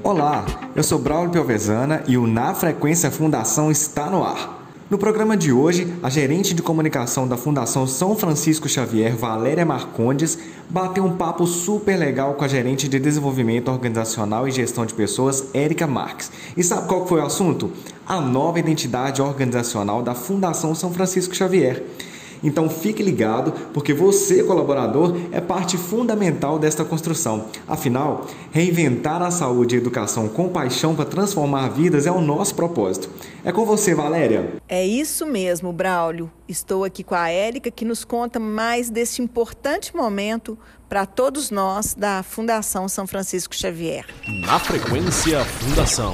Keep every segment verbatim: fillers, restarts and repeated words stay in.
Olá, eu sou Braulio Piovesana e o Na Frequência Fundação está no ar. No programa de hoje, a gerente de comunicação da Fundação São Francisco Xavier, Valéria Marcondes, bateu um papo super legal com a gerente de desenvolvimento organizacional e gestão de pessoas, Érica Marques. E sabe qual foi o assunto? A nova identidade organizacional da Fundação São Francisco Xavier. Então fique ligado, porque você, colaborador, é parte fundamental desta construção. Afinal, reinventar a saúde e a educação com paixão para transformar vidas é o nosso propósito. É com você, Valéria. É isso mesmo, Braulio. Estou aqui com a Érica, que nos conta mais desse importante momento para todos nós da Fundação São Francisco Xavier. Na Frequência Fundação.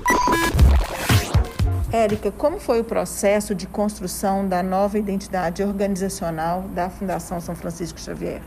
Érica, como foi o processo de construção da nova identidade organizacional da Fundação São Francisco Xavier?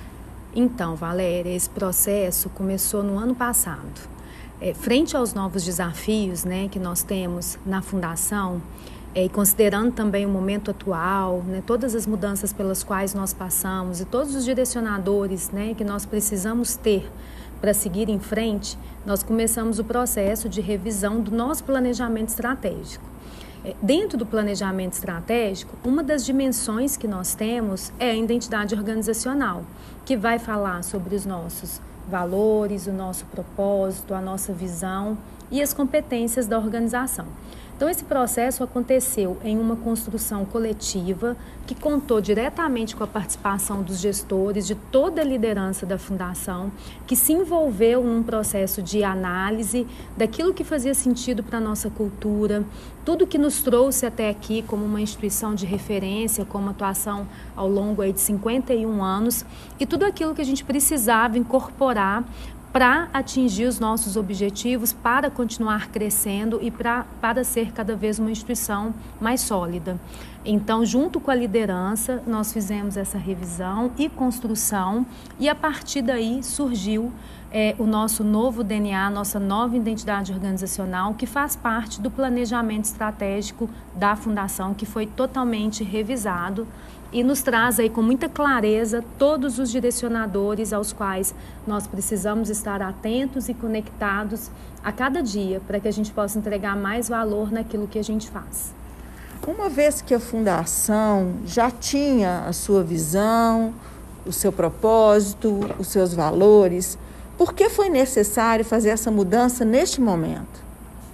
Então, Valéria, esse processo começou no ano passado. É, frente aos novos desafios, né, que nós temos na Fundação, é, e considerando também o momento atual, né, todas as mudanças pelas quais nós passamos e todos os direcionadores, né, que nós precisamos ter para seguir em frente, nós começamos o processo de revisão do nosso planejamento estratégico. Dentro do planejamento estratégico, uma das dimensões que nós temos é a identidade organizacional, que vai falar sobre os nossos valores, o nosso propósito, a nossa visão e as competências da organização. Então, esse processo aconteceu em uma construção coletiva que contou diretamente com a participação dos gestores, de toda a liderança da Fundação, que se envolveu num processo de análise daquilo que fazia sentido para a nossa cultura, tudo que nos trouxe até aqui como uma instituição de referência, como atuação ao longo aí de cinquenta e um anos, e tudo aquilo que a gente precisava incorporar para atingir os nossos objetivos, para continuar crescendo e pra, para ser cada vez uma instituição mais sólida. Então, junto com a liderança, nós fizemos essa revisão e construção e a partir daí surgiu é, o nosso novo D N A, nossa nova identidade organizacional, que faz parte do planejamento estratégico da Fundação, que foi totalmente revisado e nos traz aí com muita clareza todos os direcionadores aos quais nós precisamos estar atentos e conectados a cada dia para que a gente possa entregar mais valor naquilo que a gente faz. Uma vez que a Fundação já tinha a sua visão, o seu propósito, os seus valores, por que foi necessário fazer essa mudança neste momento?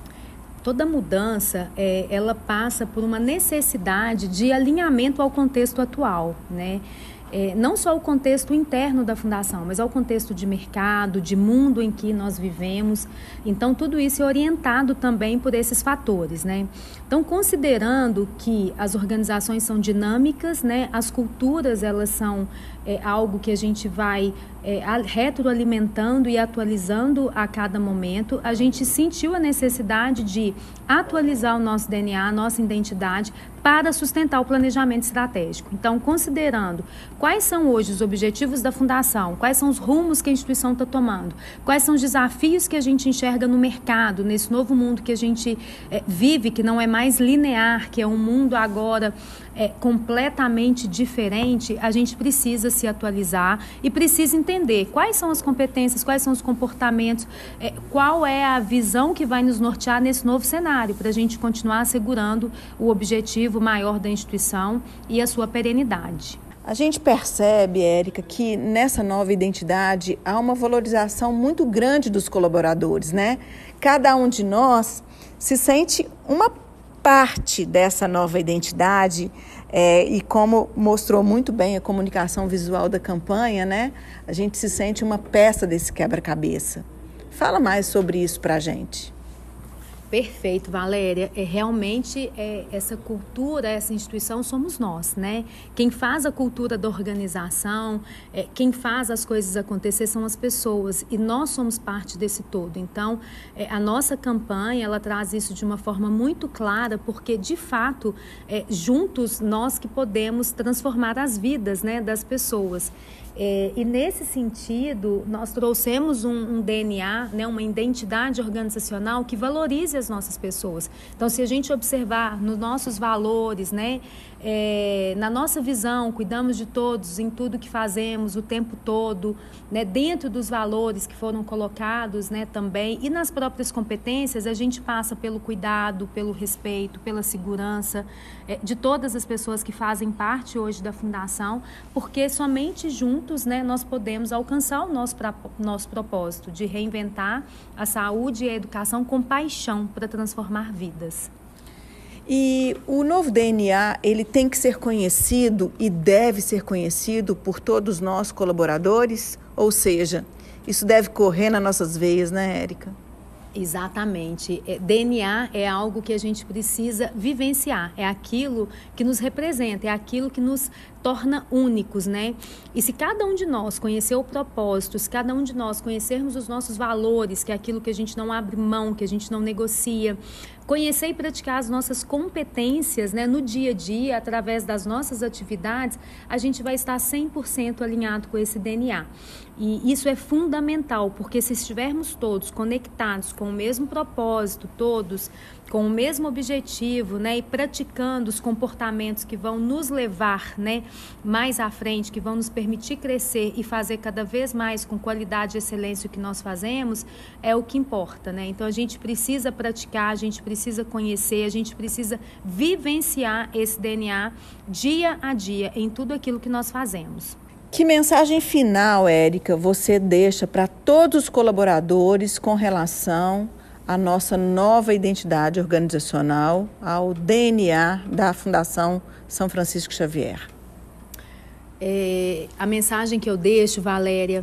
Toda mudança, é, ela passa por uma necessidade de alinhamento ao contexto atual, né? É, não só o contexto interno da Fundação, mas ao contexto de mercado, de mundo em que nós vivemos. Então, tudo isso é orientado também por esses fatores, né? Então, considerando que as organizações são dinâmicas, né? As culturas, elas são é, algo que a gente vai é, retroalimentando e atualizando a cada momento, a gente sentiu a necessidade de atualizar o nosso D N A, a nossa identidade, para sustentar o planejamento estratégico. Então, considerando quais são hoje os objetivos da Fundação, quais são os rumos que a instituição está tomando, quais são os desafios que a gente enxerga no mercado, nesse novo mundo que a gente é, vive, que não é mais linear, que é um mundo agora é, completamente diferente, a gente precisa se atualizar e precisa entender quais são as competências, quais são os comportamentos, é, qual é a visão que vai nos nortear nesse novo cenário, para a gente continuar assegurando o objetivo maior da instituição e a sua perenidade. A gente percebe, Érica, que nessa nova identidade há uma valorização muito grande dos colaboradores, né? Cada um de nós se sente uma parte dessa nova identidade é, e como mostrou muito bem a comunicação visual da campanha, né? A gente se sente uma peça desse quebra-cabeça. Fala mais sobre isso pra gente. Perfeito, Valéria. É, realmente, é, essa cultura, essa instituição somos nós, né? Quem faz a cultura da organização, é, quem faz as coisas acontecer são as pessoas e nós somos parte desse todo. Então, é, a nossa campanha, ela traz isso de uma forma muito clara, porque, de fato, é, juntos nós que podemos transformar as vidas, né, das pessoas. É, e nesse sentido, nós trouxemos um, um D N A, né, uma identidade organizacional que valorize valorize as nossas pessoas. Então, se a gente observar nos nossos valores, né, é, na nossa visão, cuidamos de todos em tudo que fazemos o tempo todo, né, dentro dos valores que foram colocados, né, também, e nas próprias competências, a gente passa pelo cuidado, pelo respeito, pela segurança é, de todas as pessoas que fazem parte hoje da Fundação, porque somente juntos, né, nós podemos alcançar o nosso, pra, nosso propósito de reinventar a saúde e a educação com paixão para transformar vidas. E o novo D N A, ele tem que ser conhecido e deve ser conhecido por todos nós colaboradores? Ou seja, isso deve correr nas nossas veias, né, Érica? Exatamente. D N A é algo que a gente precisa vivenciar, é aquilo que nos representa, é aquilo que nos torna únicos, né? E se cada um de nós conhecer o propósito, se cada um de nós conhecermos os nossos valores, que é aquilo que a gente não abre mão, que a gente não negocia, conhecer e praticar as nossas competências, né, no dia a dia, através das nossas atividades, a gente vai estar cem por cento alinhado com esse D N A. E isso é fundamental, porque se estivermos todos conectados com o mesmo propósito, todos com o mesmo objetivo, né, e praticando os comportamentos que vão nos levar, né, mais à frente, que vão nos permitir crescer e fazer cada vez mais com qualidade e excelência o que nós fazemos, é o que importa, né? Então a gente precisa praticar, a gente precisa conhecer, a gente precisa vivenciar esse D N A dia a dia em tudo aquilo que nós fazemos. Que mensagem final, Érica, você deixa para todos os colaboradores com relação à nossa nova identidade organizacional, ao D N A da Fundação São Francisco Xavier? É, a mensagem que eu deixo, Valéria,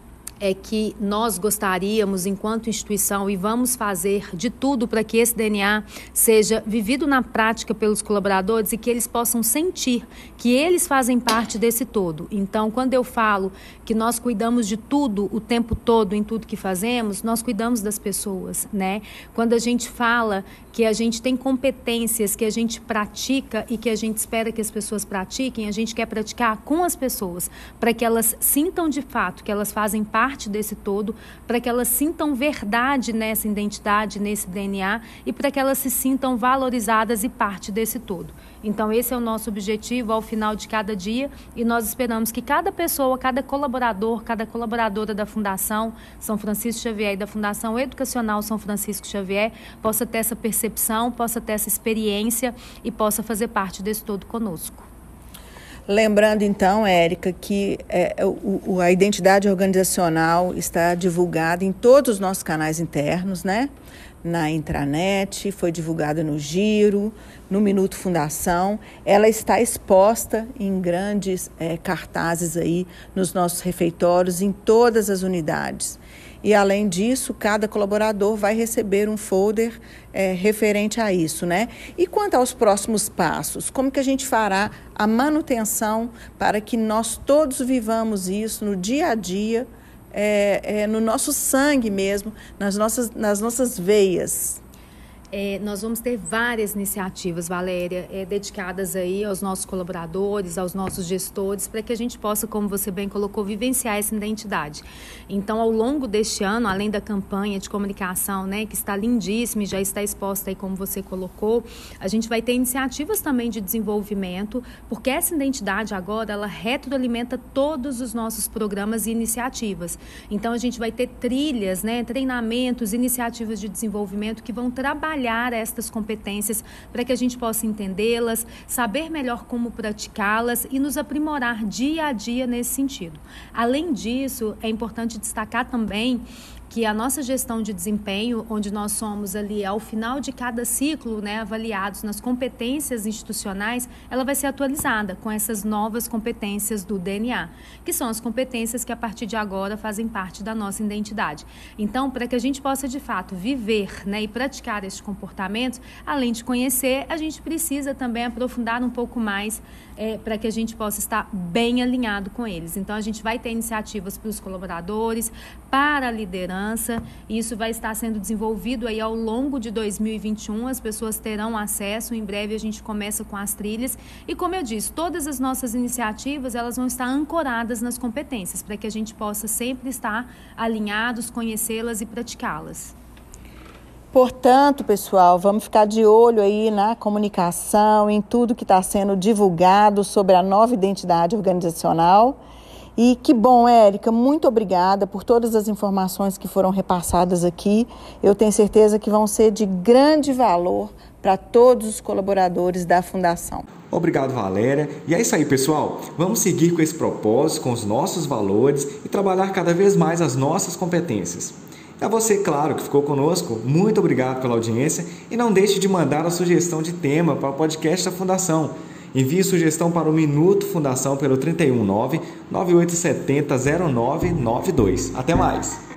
é que nós gostaríamos, enquanto instituição, e vamos fazer de tudo para que esse D N A seja vivido na prática pelos colaboradores e que eles possam sentir que eles fazem parte desse todo. Então, quando eu falo que nós cuidamos de tudo o tempo todo, em tudo que fazemos, nós cuidamos das pessoas, né? Quando a gente fala que a gente tem competências que a gente pratica e que a gente espera que as pessoas pratiquem, a gente quer praticar com as pessoas, para que elas sintam de fato que elas fazem parte desse todo, para que elas sintam verdade nessa identidade, nesse D N A, e para que elas se sintam valorizadas e parte desse todo. Então, esse é o nosso objetivo ao final de cada dia, e nós esperamos que cada pessoa, cada colaborador, cada colaboradora da Fundação São Francisco Xavier e da Fundação Educacional São Francisco Xavier possa ter essa percepção, possa ter essa experiência e possa fazer parte desse todo conosco. Lembrando, então, Érica, que é, o, a identidade organizacional está divulgada em todos os nossos canais internos, né? Na intranet, foi divulgada no Giro, no Minuto Fundação. Ela está exposta em grandes é, cartazes aí nos nossos refeitórios, em todas as unidades. E, além disso, cada colaborador vai receber um folder é, referente a isso, né? E quanto aos próximos passos, como que a gente fará a manutenção para que nós todos vivamos isso no dia a dia, é, é, no nosso sangue mesmo, nas nossas, nas nossas veias? É, nós vamos ter várias iniciativas, Valéria, é, dedicadas aí aos nossos colaboradores, aos nossos gestores, para que a gente possa, como você bem colocou, vivenciar essa identidade. Então, ao longo deste ano, além da campanha de comunicação, né, que está lindíssima e já está exposta aí, como você colocou, a gente vai ter iniciativas também de desenvolvimento, porque essa identidade agora, ela retroalimenta todos os nossos programas e iniciativas. Então, a gente vai ter trilhas, né, treinamentos, iniciativas de desenvolvimento que vão trabalhar estas competências para que a gente possa entendê-las, saber melhor como praticá-las e nos aprimorar dia a dia nesse sentido. Além disso, é importante destacar também que a nossa gestão de desempenho, onde nós somos ali ao final de cada ciclo, né, avaliados nas competências institucionais, ela vai ser atualizada com essas novas competências do D N A, que são as competências que a partir de agora fazem parte da nossa identidade. Então, para que a gente possa de fato viver, né, e praticar esses comportamentos, além de conhecer, a gente precisa também aprofundar um pouco mais é, para que a gente possa estar bem alinhado com eles. Então, a gente vai ter iniciativas para os colaboradores, para a liderança. Isso vai estar sendo desenvolvido aí ao longo de dois mil e vinte e um, as pessoas terão acesso, em breve a gente começa com as trilhas e, como eu disse, todas as nossas iniciativas, elas vão estar ancoradas nas competências, para que a gente possa sempre estar alinhados, conhecê-las e praticá-las. Portanto, pessoal, vamos ficar de olho aí na comunicação, em tudo que está sendo divulgado sobre a nova identidade organizacional. E que bom, Érica, muito obrigada por todas as informações que foram repassadas aqui. Eu tenho certeza que vão ser de grande valor para todos os colaboradores da Fundação. Obrigado, Valéria. E é isso aí, pessoal. Vamos seguir com esse propósito, com os nossos valores e trabalhar cada vez mais as nossas competências. A você, claro, que ficou conosco, muito obrigado pela audiência e não deixe de mandar a sugestão de tema para o podcast da Fundação. Envie sugestão para o Minuto Fundação pelo trinta e um nove, nove oito sete zero, zero nove nove dois. Até mais!